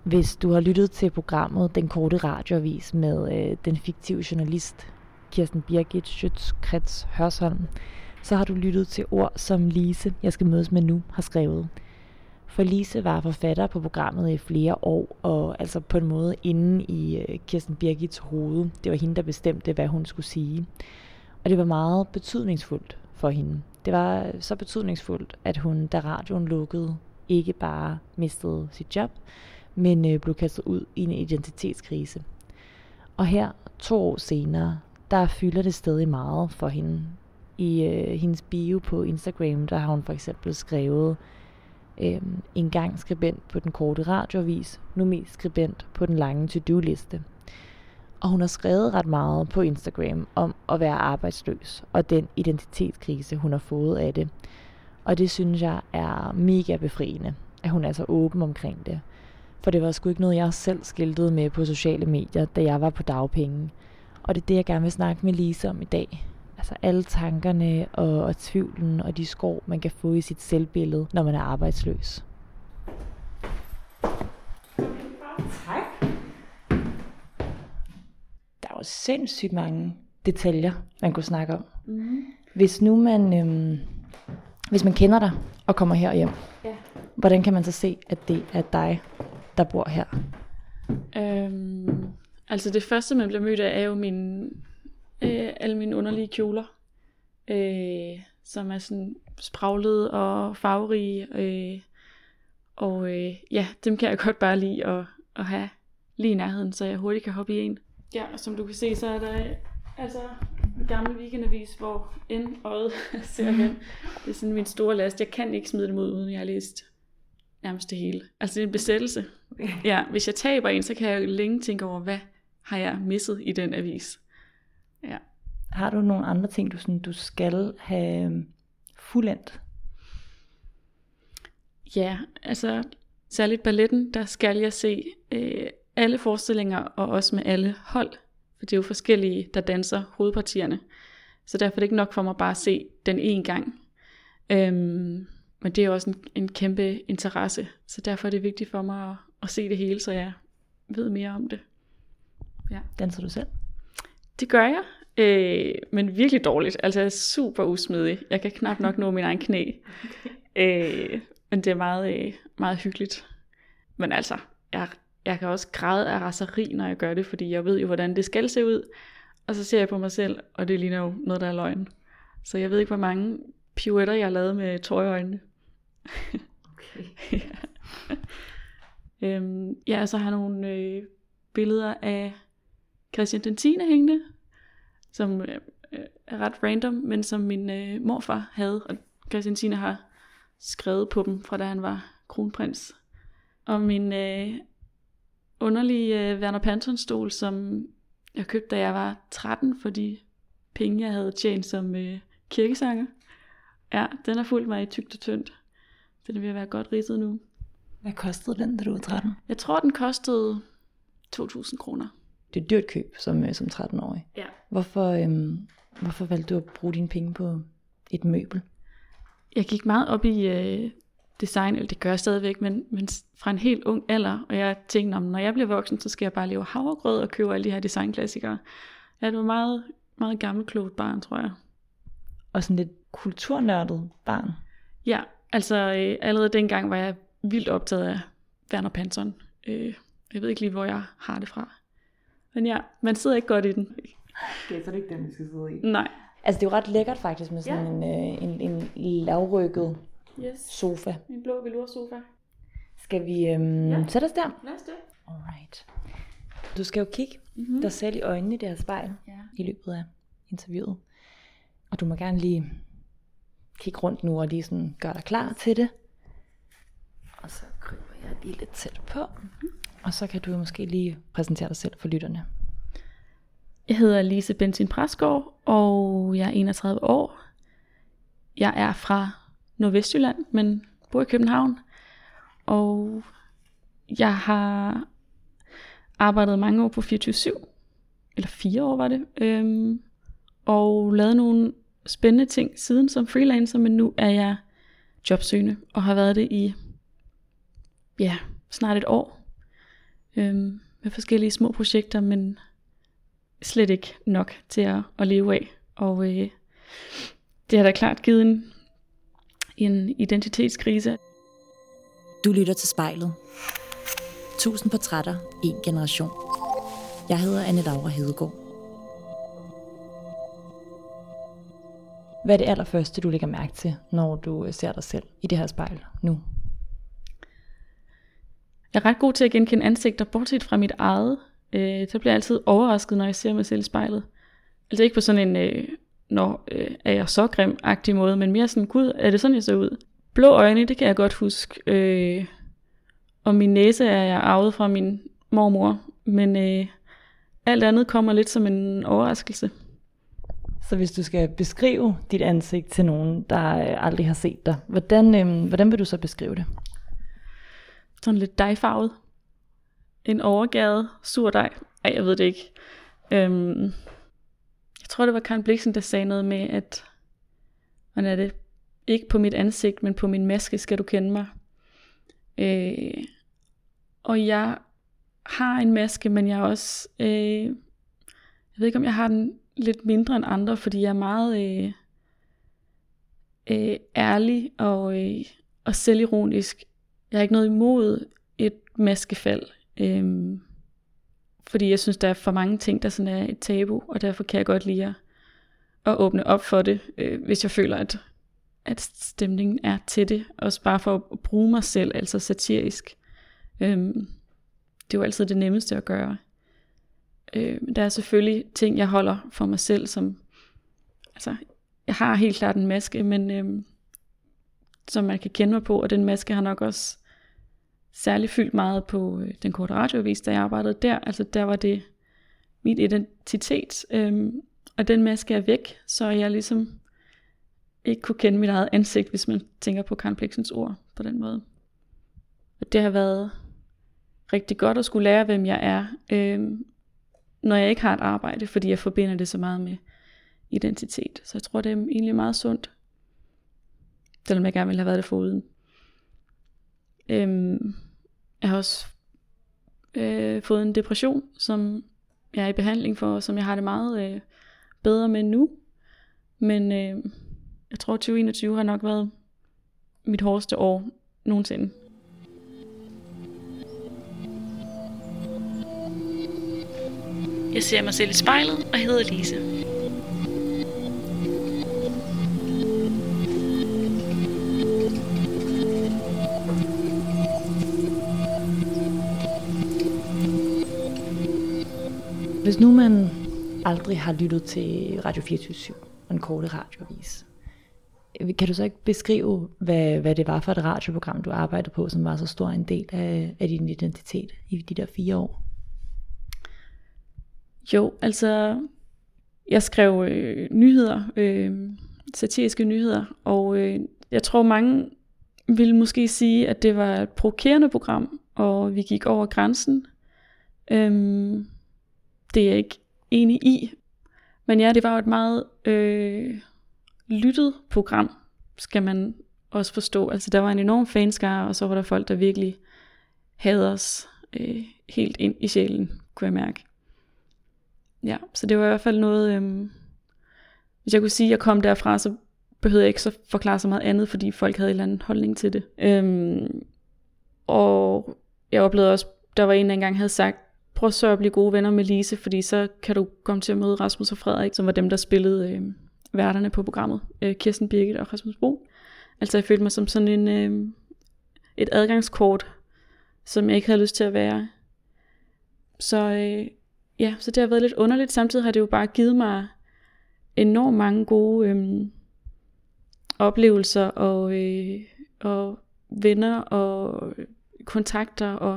Hvis du har lyttet til programmet Den Korte Radioavis med den fiktive journalist Kirsten Birgit Schiøtz-Kretz Hørsholm, så har du lyttet til ord, som Lise, jeg skal mødes med nu, har skrevet. For Lise var forfatter på programmet i flere år, og altså på en måde inde i Kirsten Birgits hoved. Det var hende, der bestemte, hvad hun skulle sige. Og det var meget betydningsfuldt for hende. Det var så betydningsfuldt, at hun, da radioen lukkede, ikke bare mistede sit job, men blev kastet ud i en identitetskrise. Og her, 2 år senere, der fylder det stadig meget for hende. I hendes bio på Instagram, der har hun for eksempel skrevet en gang skribent på Den Korte Radioavis, nu mest skribent på den lange to-do-liste. Og hun har skrevet ret meget på Instagram om at være arbejdsløs, og den identitetskrise, hun har fået af det. Og det synes jeg er mega befriende, at hun er så åben omkring det. For det var sgu ikke noget, jeg selv skiltede med på sociale medier, da jeg var på dagpenge. Og det er det, jeg gerne vil snakke med Lise om i dag. Altså alle tankerne og tvivlen og de skår, man kan få i sit selvbillede, når man er arbejdsløs. Tak. Der er jo sindssygt mange detaljer, man kunne snakke om. Mm-hmm. Hvis nu hvis man kender dig og kommer her hjem, hvordan kan man så se, at det er dig, der bor her? Altså det første, man bliver mødt af, er jo alle mine underlige kjoler, som er sådan spraglede og farverige, ja, dem kan jeg godt bare lide at have lige i nærheden, så jeg hurtigt kan hoppe i en. Ja, og som du kan se, så er der altså en gammel weekendavis, hvor øjet ser hen. Det er sådan min store last. Jeg kan ikke smide dem ud, uden jeg har læst nærmest det hele. Altså det er en besættelse. Ja, hvis jeg taber en, så kan jeg jo længe tænke over, hvad har jeg misset i den avis. Ja. Har du nogle andre ting, du skal have fuldendt? Ja, altså særligt balletten, der skal jeg se alle forestillinger, og også med alle hold. For det er jo forskellige, der danser hovedpartierne. Så derfor er det ikke nok for mig bare at se den en gang. Men det er også en kæmpe interesse. Så derfor er det vigtigt for mig at se det hele, så jeg ved mere om det. Ja. Danser du selv? Det gør jeg. Men virkelig dårligt. Altså jeg er super usmidig. Jeg kan knap nok nå min egen knæ. Men det er meget, meget hyggeligt. Men altså, jeg kan også græde af raseri, når jeg gør det, fordi jeg ved jo, hvordan det skal se ud. Og så ser jeg på mig selv, og det ligner jo noget, der er løgn. Så jeg ved ikke, hvor mange pirouetter, jeg har lavet med tår i øjnene. Okay. Ja, så har jeg nogle billeder af Christian den 10. hængende, som er ret random, men som min morfar havde, og Christian 10. har skrevet på dem, fra da han var kronprins. Og min underlige Werner Panton-stol, som jeg købte, da jeg var 13, for de penge, jeg havde tjent som kirkesanger. Ja, den har fulgt mig i tykt og tyndt. Den er ved at være godt ridset nu. Hvad kostede den, da du var 13? Jeg tror, den kostede 2.000 kroner. Det er et dyrt køb som 13-årig. Ja. Hvorfor valgte du at bruge dine penge på et møbel? Jeg gik meget op i design, eller det gør jeg stadigvæk, men fra en helt ung alder, og jeg tænkte, når jeg bliver voksen, så skal jeg bare leve havregrød og købe alle de her designklassikere. Ja, det var meget, meget gammelklogt barn, tror jeg. Og sådan lidt kulturnørdet barn? Ja, altså allerede dengang var jeg vildt optaget af Werner Panton. Jeg ved ikke lige, hvor jeg har det fra. Men ja, man sidder ikke godt i den. Det er så ikke den, vi skal sidde i. Nej. Altså det er jo ret lækkert faktisk med sådan en lavrykket sofa. En blå veloursofa. Skal vi sætte os der? Lad os det. Alright. Du skal jo kigge dig selv i øjnene i det her spejl i løbet af interviewet. Og du må gerne lige kigge rundt nu og lige sådan gøre dig klar til det. Og så kryber jeg lige lidt tæt på. Og så kan du måske lige præsentere dig selv for lytterne. Jeg hedder Lise Benzin Præsgaard, og jeg er 31 år. Jeg er fra Nordvestjylland, men bor i København. Og jeg har arbejdet mange år på 24/7, eller 4 år var det, og lavet nogle spændende ting siden som freelancer, men nu er jeg jobsøgende, og har været det i snart et år. med forskellige små projekter, men slet ikke nok til at leve af. Og det har da klart givet en identitetskrise. Du lytter til Spejlet. 1000 portrætter, en generation. Jeg hedder Anne Laura Hedegaard. Hvad er det allerførste, du lægger mærke til, når du ser dig selv i det her spejl nu? Jeg er ret god til at genkende ansigter, bortset fra mit eget. Så bliver jeg altid overrasket, når jeg ser mig selv i spejlet. Altså ikke på sådan en, er jeg så grim-agtig måde, men mere sådan, gud, er det sådan, jeg ser ud? Blå øjne, det kan jeg godt huske. Og min næse er jeg arvet fra min mormor. Men alt andet kommer lidt som en overraskelse. Så hvis du skal beskrive dit ansigt til nogen, der aldrig har set dig, hvordan vil du så beskrive det? Sådan lidt dejfarvet. En overgæret sur dej. Ej, jeg ved det ikke. Jeg tror, det var Karen Blixen, der sagde noget med, at hvordan er det? Ikke på mit ansigt, men på min maske skal du kende mig. Og jeg har en maske, men jeg er også... jeg ved ikke, om jeg har den lidt mindre end andre, fordi jeg er meget ærlig og selvironisk. Jeg har ikke noget imod et maskefald, fordi jeg synes, der er for mange ting, der sådan er et tabu, og derfor kan jeg godt lide at åbne op for det, hvis jeg føler, at stemningen er til det, også bare for at bruge mig selv, altså satirisk. Det er jo altid det nemmeste at gøre. Der er selvfølgelig ting, jeg holder for mig selv, som, altså, jeg har helt klart en maske, men som man kan kende mig på, og den maske har nok også særligt fyldt meget på den korte radioavis, da jeg arbejdede der. Altså der var det mit identitet, og den maske er væk, så jeg ligesom ikke kunne kende mit eget ansigt, hvis man tænker på Karen Blixens ord på den måde. Og det har været rigtig godt at skulle lære, hvem jeg er, når jeg ikke har et arbejde, fordi jeg forbinder det så meget med identitet. Så jeg tror, det er egentlig meget sundt, selvom jeg gerne ville have været det foruden. Jeg har også fået en depression, som jeg er i behandling for, som jeg har det meget bedre med nu. Men jeg tror 2021 har nok været mit hårdeste år nogensinde. Jeg ser mig selv i spejlet og hedder Lise. Hvis nu man aldrig har lyttet til Radio 24/7 og en korte radioavis, kan du så ikke beskrive, hvad det var for et radioprogram, du arbejdede på, som var så stor en del af din identitet i de der 4 år? Jo, altså, jeg skrev nyheder, satiriske nyheder, og jeg tror mange ville måske sige, at det var et provokerende program, og vi gik over grænsen. Det er jeg ikke enig i. Men ja, det var jo et meget lyttet program, skal man også forstå. Altså der var en enorm fanskare, og så var der folk, der virkelig havde os helt ind i sjælen, kunne jeg mærke. Ja, så det var i hvert fald noget, hvis jeg kunne sige, at jeg kom derfra, så behøvede jeg ikke så forklare så meget andet, fordi folk havde en eller anden holdning til det. Og jeg oplevede også, der var en, der engang havde sagt, prøv så at blive gode venner med Lise, fordi så kan du komme til at møde Rasmus og Frederik, som var dem, der spillede værterne på programmet. Kirsten Birgit og Rasmus Bro. Altså jeg følte mig som sådan et adgangskort, som jeg ikke havde lyst til at være. Så ja, så det har været lidt underligt. Samtidig har det jo bare givet mig enormt mange gode oplevelser og venner og kontakter. Og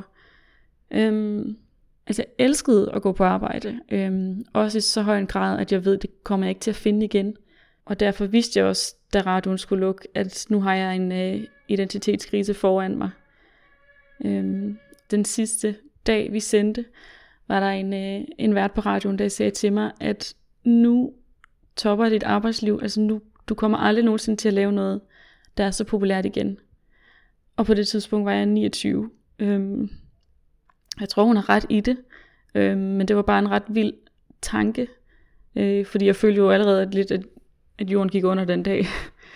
altså jeg elskede at gå på arbejde. Også i så høj en grad, at jeg ved, det kommer jeg ikke til at finde igen. Og derfor vidste jeg også, da radioen skulle lukke, at nu har jeg en identitetskrise foran mig. Den sidste dag vi sendte, var der en vært på radioen, der sagde til mig, at nu topper dit arbejdsliv, altså nu, du kommer aldrig nogensinde til at lave noget, der er så populært igen. Og på det tidspunkt var jeg 29. Jeg tror, hun har ret i det, men det var bare en ret vild tanke, fordi jeg følte jo allerede lidt, at jorden gik under den dag.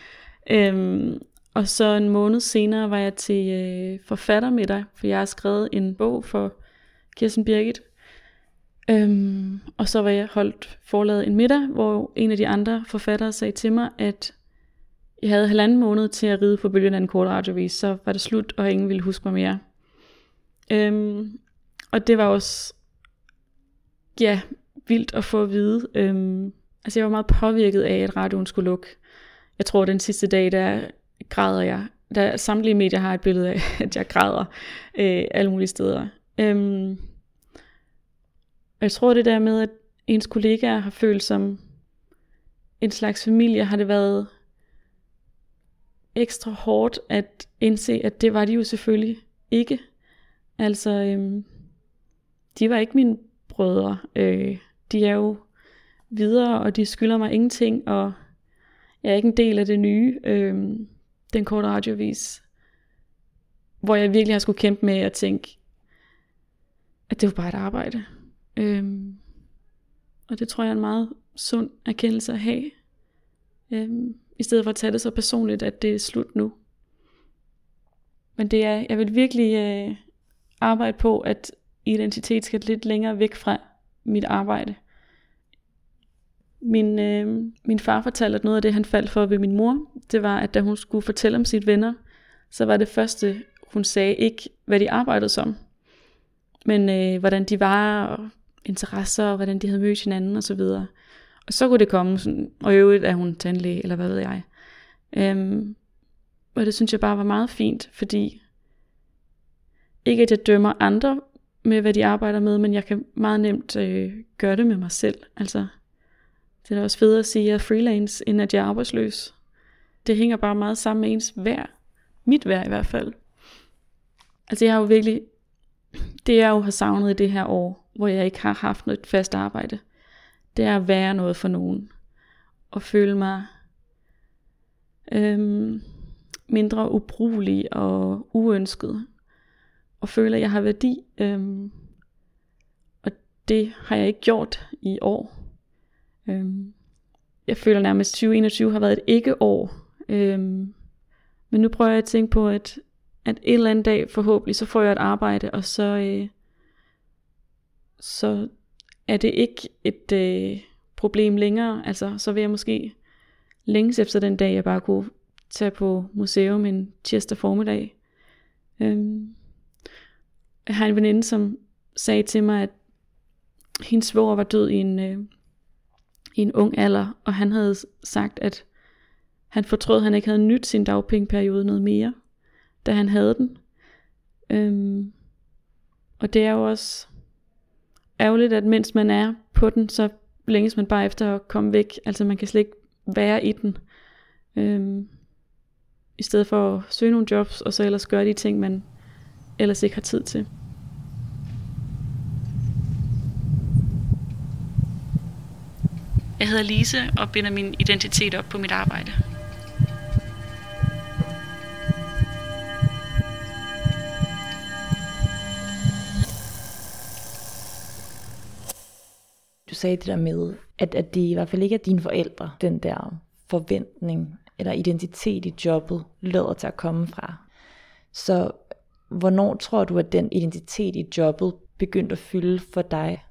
Og så en måned senere var jeg til forfattermiddag, for jeg har skrevet en bog for Kirsten Birgit. Og så var jeg holdt forlaget en middag, hvor en af de andre forfattere sagde til mig, at jeg havde 1,5 måned til at ride på bølgen af en kort radiovis, så var det slut, og ingen ville huske mig mere. Og det var også vildt at få at vide. Altså jeg var meget påvirket af, at radioen skulle lukke. Jeg tror, den sidste dag, der græder jeg. Der samtlige medier har et billede af, at jeg græder alle mulige steder. Og jeg tror, det der med, at ens kollegaer har følt som en slags familie, har det været ekstra hårdt at indse, at det var de jo selvfølgelig ikke. Altså, de var ikke mine brødre. De er jo videre, og de skylder mig ingenting, og jeg er ikke en del af det nye, den korte radiovis, hvor jeg virkelig har skulle kæmpe med at tænke, at det var bare et arbejde. Og det tror jeg er en meget sund erkendelse at have, i stedet for at tage det så personligt, at det er slut nu. Men det er, jeg vil virkelig arbejde på, at identitet skal lidt længere væk fra mit arbejde. Min far fortalte, at noget af det, han faldt for ved min mor, det var, at da hun skulle fortælle om sine venner, så var det første, hun sagde, ikke hvad de arbejdede som, men hvordan de var, og interesser, og hvordan de havde mødt hinanden, og så videre. Og så kunne det komme, sådan, og i øvrigt er hun tandlæge, eller hvad ved jeg. Og det synes jeg bare var meget fint, fordi ikke at jeg dømmer andre med, hvad de arbejder med, men jeg kan meget nemt gøre det med mig selv. Altså, det er da også federe at sige, at jeg er freelance, end at jeg er arbejdsløs. Det hænger bare meget sammen med ens værd. Mit værd i hvert fald. Altså jeg har jo virkelig, det jeg jo har savnet i det her år, hvor jeg ikke har haft noget fast arbejde, det er at være noget for nogen. Og føle mig mindre ubrugelig og uønsket. Og føle, at jeg har værdi. Og det har jeg ikke gjort i år. Jeg føler nærmest 2021 har været et ikke-år. Men nu prøver jeg at tænke på, at en eller anden dag forhåbentlig, så får jeg et arbejde, og så er det ikke et problem længere. Altså, så vil jeg måske længes efter den dag, jeg bare kunne tage på museum en tirsdag formiddag. Jeg har en veninde, som sagde til mig, at hendes svoger var død i en ung alder, og han havde sagt, at han fortrød, at han ikke havde nydt sin dagpengeperiode noget mere, da han havde den. Og det er jo også ærgerligt, at mens man er på den, så længes man bare efter at komme væk. Altså man kan slet ikke være i den. I stedet for at søge nogle jobs, og så ellers gøre de ting, man ellers ikke har tid til. Jeg hedder Lise og binder min identitet op på mit arbejde. Du sagde det der med, at det i hvert fald ikke er dine forældre, den der forventning eller identitet i jobbet lader til at komme fra. Så hvornår tror du, at den identitet i jobbet begyndte at fylde for dig?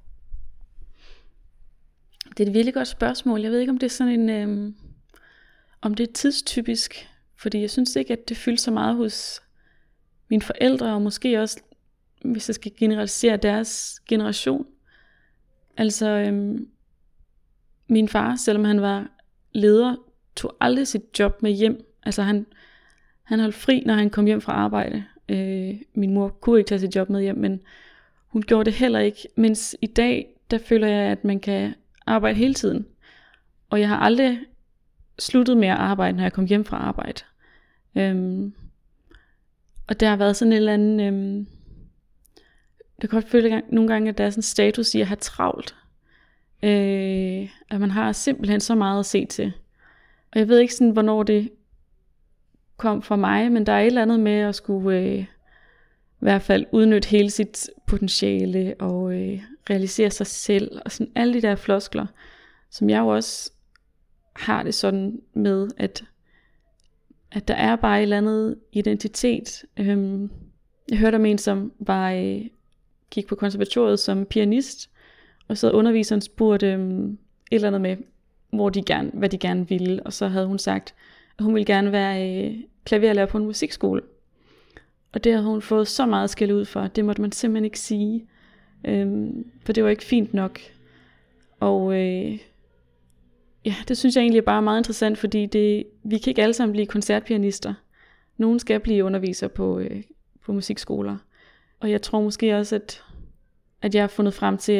Det er et virkelig godt spørgsmål. Jeg ved ikke, om det er sådan en, om det er tidstypisk, fordi jeg synes ikke, at det fyldte så meget hos mine forældre, og måske også, hvis jeg skal generalisere deres generation. Altså, min far, selvom han var leder, tog aldrig sit job med hjem. Altså, han holdt fri, når han kom hjem fra arbejde. Min mor kunne ikke tage sit job med hjem, men hun gjorde det heller ikke. Mens i dag, der føler jeg, at man kan arbejde hele tiden. Og jeg har aldrig sluttet med at arbejde, når jeg kom hjem fra arbejde. Og der har været sådan en eller anden... det kan godt føle nogle gange, at der er sådan en status i at have travlt. At man har simpelthen så meget at se til. Og jeg ved ikke sådan, hvornår det kom fra mig, men der er et eller andet med at skulle hvert fald udnytte hele sit potentiale og realisere sig selv og sådan alle de der floskler, som jeg jo også har det sådan med, at der er bare et eller andet identitet. Jeg hørte om en, som gik på konservatoriet som pianist, og så underviseren spurgte et eller andet med, hvad de gerne ville, og så havde hun sagt, at hun ville gerne være klaverlærer på en musikskole. Og det havde hun fået så meget skæld ud for, det måtte man simpelthen ikke sige, for det var ikke fint nok. Og ja, det synes jeg egentlig bare er meget interessant, fordi vi kan ikke alle sammen blive koncertpianister. Nogen skal blive undervisere på musikskoler. Og jeg tror måske også, at jeg har fundet frem til,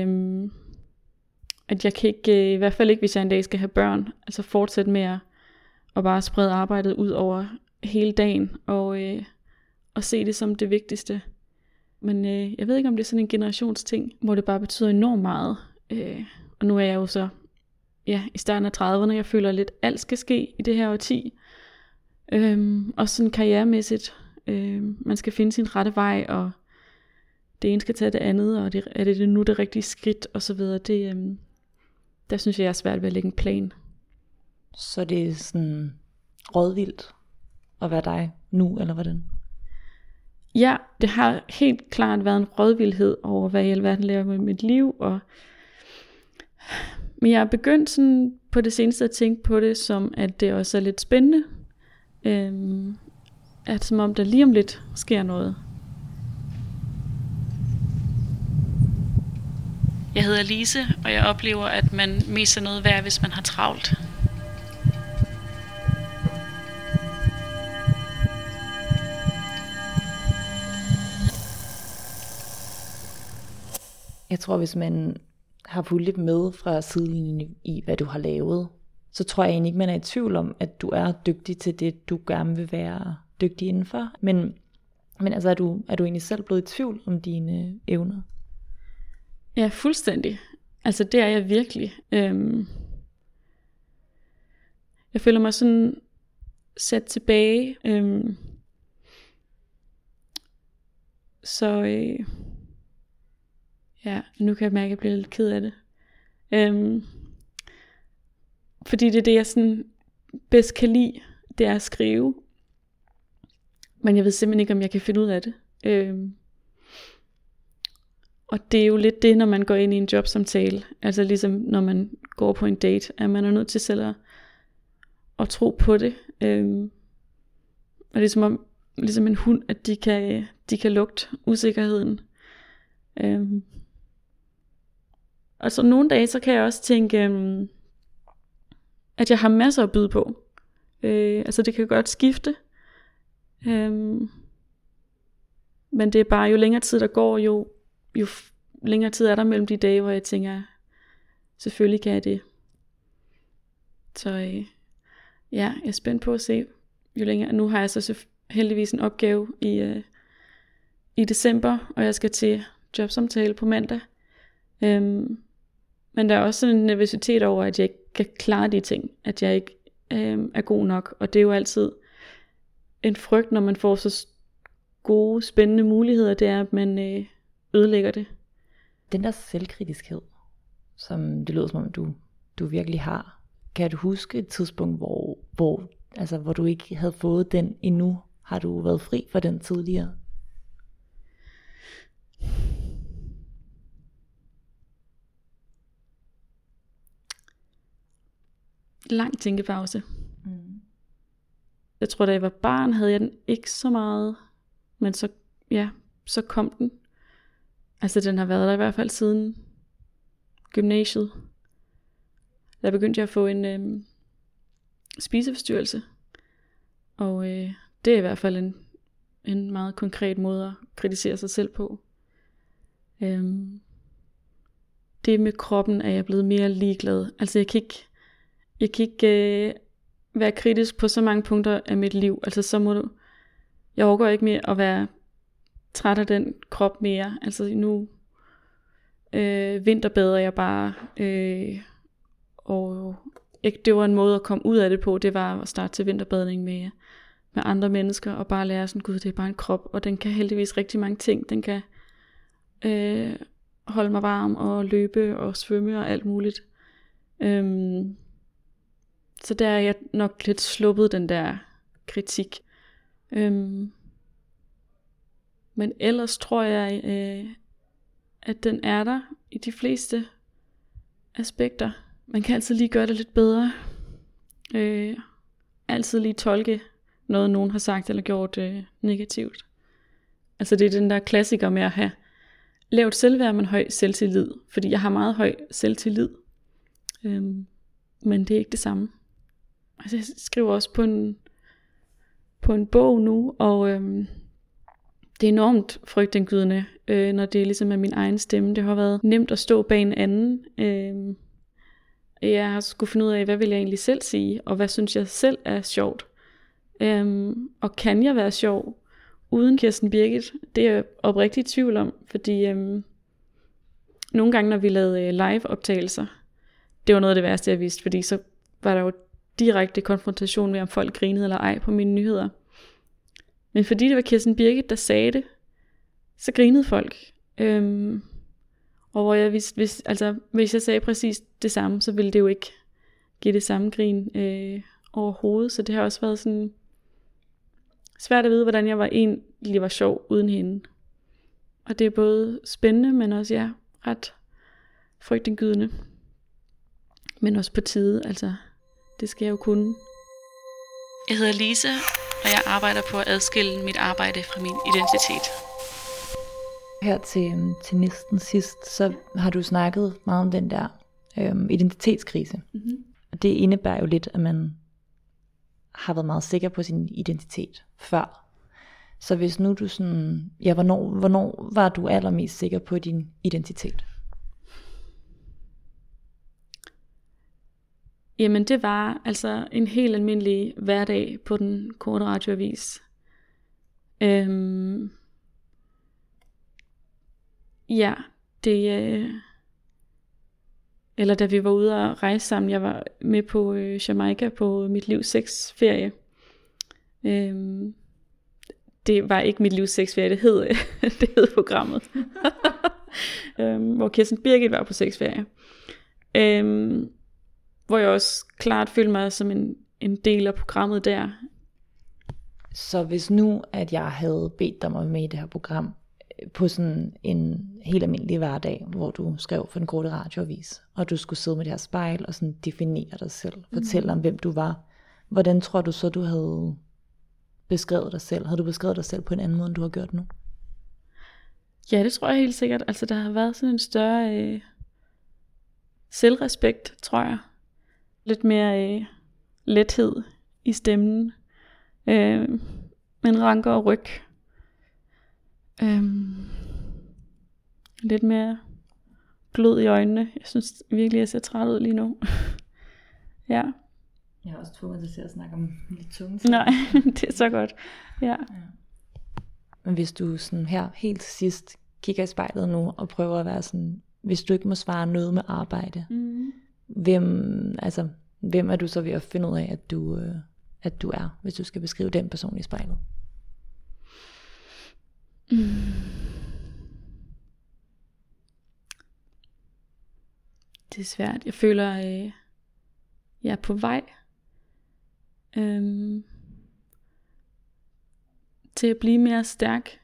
at jeg kan ikke, i hvert fald ikke, hvis jeg en dag skal have børn, altså fortsætte med at bare sprede arbejdet ud over hele dagen, og se det som det vigtigste. Men jeg ved ikke, om det er sådan en generationsting, hvor det bare betyder enormt meget. Og nu er jeg jo så i starten af 30'erne, jeg føler lidt, alt skal ske i det her årti. Og sådan karrieremæssigt. Man skal finde sin rette vej, og det ene skal tage det andet, og er det nu det rigtige skridt, og så videre. Der synes jeg er svært ved at lægge en plan. Så det er sådan rådvildt at være dig nu, eller hvordan? Ja, det har helt klart været en rådvildhed over, hvad i alverden laver med mit liv, men jeg er begyndt sådan på det seneste at tænke på det, som at det også er lidt spændende. At som om der lige om lidt sker noget. Jeg hedder Lise, og jeg oplever, at man mest er noget værd, hvis man har travlt. Jeg tror, hvis man har fulgt lidt med fra sidelinjen i, hvad du har lavet, så tror jeg egentlig ikke, man er i tvivl om, at du er dygtig til det, du gerne vil være dygtig indenfor. Men altså, er du egentlig selv blevet i tvivl om dine evner? Ja, fuldstændig. Altså, det er jeg virkelig. Jeg føler mig sådan sat tilbage. Nu kan jeg mærke, at jeg bliver lidt ked af det. Fordi det er det, jeg sådan bedst kan lide, det er at skrive. Men jeg ved simpelthen ikke, om jeg kan finde ud af det. Og det er jo lidt det, når man går ind i en jobsamtale. Altså ligesom når man går på en date, at man er nødt til selv at tro på det. Og det er som om, ligesom en hund, at de kan lugte usikkerheden. Og så nogle dage, så kan jeg også tænke, at jeg har masser at byde på. Altså det kan godt skifte. Men det er bare, jo længere tid der går, jo længere tid er der mellem de dage, hvor jeg tænker, selvfølgelig kan jeg det. Så jeg er spændt på at se, jo længere. Nu har jeg så heldigvis en opgave i december, og jeg skal til jobsamtale på mandag. Men der er også sådan en nervøsitet over, at jeg ikke kan klare de ting, at jeg ikke er god nok, og det er jo altid en frygt, når man får så gode, spændende muligheder, det er, at man ødelægger det. Den der selvkritiskhed, som det lyder som om du virkelig har, kan du huske et tidspunkt, hvor du ikke havde fået den endnu? Har du været fri for den tidligere? Lang tænkepause. Jeg tror, da jeg var barn, havde jeg den ikke så meget, men så kom den. Altså den har været der i hvert fald siden gymnasiet. Der begyndte jeg at få en spiseforstyrrelse. Og det er i hvert fald en meget konkret måde at kritisere sig selv på. Det med kroppen er jeg blevet mere ligeglad. Altså jeg kan ikke være kritisk på så mange punkter af mit liv. Altså så jeg overgår ikke mere at være træt af den krop mere. Altså nu vinterbader jeg bare, og det var en måde at komme ud af det på. Det var at starte til vinterbadning med med andre mennesker, og bare lære sådan, gud, det er bare en krop, og den kan heldigvis rigtig mange ting. Den kan holde mig varm, og løbe, og svømme, og alt muligt. Så der er jeg nok lidt sluppet den der kritik. Men ellers tror jeg, at den er der i de fleste aspekter. Man kan altid lige gøre det lidt bedre. Altid lige tolke noget, nogen har sagt eller gjort negativt. Altså det er den der klassiker med at have lavt selvværd, men høj selvtillid. Fordi jeg har meget høj selvtillid. Men det er ikke det samme. Altså jeg skriver også på en bog nu, og det er enormt frygtindgydende, når det ligesom er min egen stemme. Det har været nemt at stå bag en anden. Jeg har skulle finde ud af, hvad vil jeg egentlig selv sige, og hvad synes jeg selv er sjovt. Og kan jeg være sjov uden Kirsten Birgit? Det er jeg oprigtigt i tvivl om, fordi nogle gange, når vi lavede live-optagelser, det var noget af det værste, jeg vidste, fordi så var der jo direkte konfrontation med, om folk grinede eller ej på mine nyheder. Men fordi det var Kirsten Birgit, der sagde det, så grinede folk. Og hvor jeg vidste, hvis jeg sagde præcis det samme, så ville det jo ikke give det samme grin overhovedet. Så det har også været sådan svært at vide, hvordan jeg egentlig var sjov uden hende. Og det er både spændende, men også ret frygtindgydende. Men også på tide, altså det skal jeg jo kunne. Jeg hedder Lise, og jeg arbejder på at adskille mit arbejde fra min identitet. Her til næsten sidst, så har du snakket meget om den der identitetskrise. Mm-hmm. Og det indebærer jo lidt, at man har været meget sikker på sin identitet før. Så hvis nu du sådan, hvornår var du allermest sikker på din identitet? Jamen det var altså en helt almindelig hverdag på den korte radioavis. Eller da vi var ude og rejse sammen, jeg var med på Jamaica på mit livs sexferie. Det var ikke mit livs sexferie, det hed programmet. Hvor Kirsten Birgit var på sexferie. Hvor jeg også klart følte mig som en del af programmet der. Så hvis nu, at jeg havde bedt dig om at være med i det her program, på sådan en helt almindelig hverdag, hvor du skrev for den korte radioavis, og du skulle sidde med det her spejl, og sådan definere dig selv, fortælle om, hvem du var, hvordan tror du så, du havde beskrevet dig selv? Havde du beskrevet dig selv på en anden måde, end du har gjort nu? Ja, det tror jeg helt sikkert. Altså, der har været sådan en større selvrespekt, tror jeg. Lidt mere lethed i stemmen. Men ranker og ryg. Lidt mere glød i øjnene. Jeg synes virkelig, jeg ser træt ud lige nu. Ja. Jeg har også tvunget til at snakke om lidt tunge. Nej, det er så godt. Ja. Men hvis du sådan her helt til sidst kigger i spejlet nu og prøver at være sådan, hvis du ikke må svare noget med arbejde, hvem er du så ved at finde ud af, at du er, hvis du skal beskrive den person i spejlet? Det er svært. Jeg føler, jeg er på vej til at blive mere stærk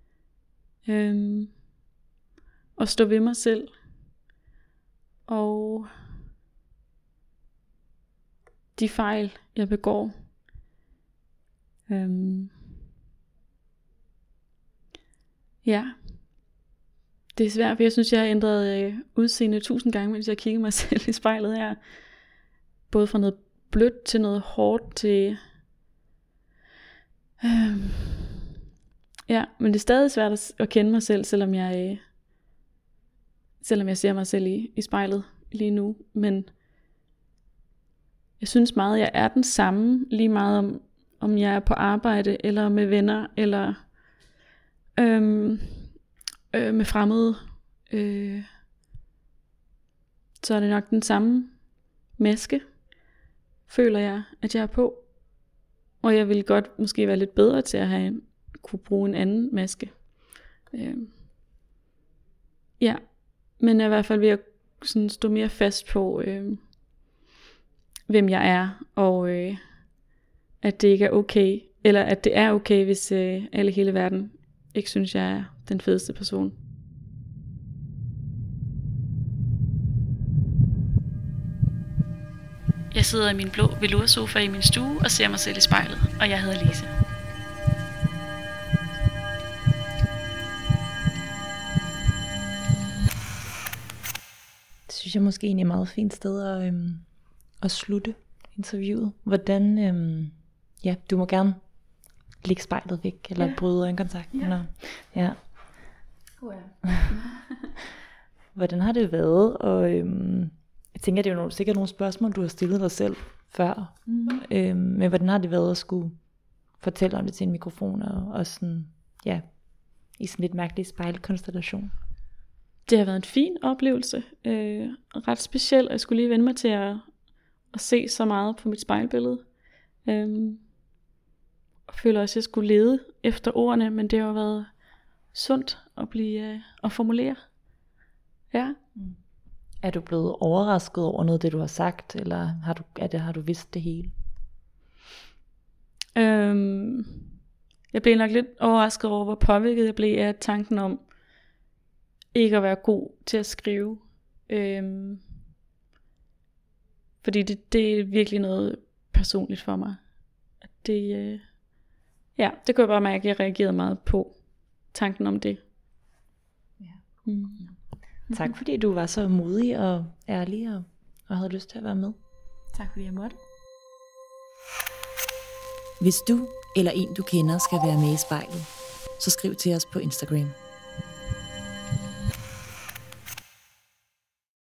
og stå ved mig selv og de fejl jeg begår. Det er svært, for jeg synes, jeg har ændret udseende 1000 gange, mens jeg kigger mig selv i spejlet her. Både fra noget blødt til noget hårdt til... men det er stadig svært at kende mig selv, selvom jeg ser mig selv i spejlet lige nu. Men jeg synes meget, jeg er den samme, lige meget om jeg er på arbejde, eller med venner, eller med fremmede. Så er det nok den samme maske, føler jeg, at jeg er på. Og jeg ville godt måske være lidt bedre til at kunne bruge en anden maske. Ja, men jeg er i hvert fald ved at sådan stå mere fast på, hvem jeg er, og at det ikke er okay, eller at det er okay, hvis alle i hele verden ikke synes, jeg er den fedeste person. Jeg sidder i min blå veloursofa i min stue og ser mig selv i spejlet, og jeg hedder Lise. Det synes jeg måske egentlig er et meget fint sted at slutte interviewet. Hvordan, ja, du må gerne lægge spejlet væk, eller bryde øjenkontakten. Ja. Ja. Hvordan har det været? Og jeg tænker, det er jo sikkert nogle spørgsmål, du har stillet dig selv før. Men hvordan har det været at skulle fortælle om det til en mikrofon, og sådan, ja, i sådan lidt mærkelig spejlkonstellation? Det har været en fin oplevelse. Ret speciel, at jeg skulle lige vende mig til at se så meget på mit spejlbillede. Og føler også, at jeg skulle lede efter ordene, men det har jo været sundt at formulere. Ja. Er du blevet overrasket over noget af det, du har sagt, eller har du vidst det hele? Jeg blev nok lidt overrasket over, hvor påvirket jeg blev af tanken om ikke at være god til at skrive. Fordi det er virkelig noget personligt for mig. Det kunne jeg bare mærke, at jeg reagerede meget på tanken om det. Ja. Tak fordi du var så modig og ærlig og havde lyst til at være med. Tak fordi jeg måtte. Hvis du eller en du kender skal være med i spejlet, så skriv til os på Instagram.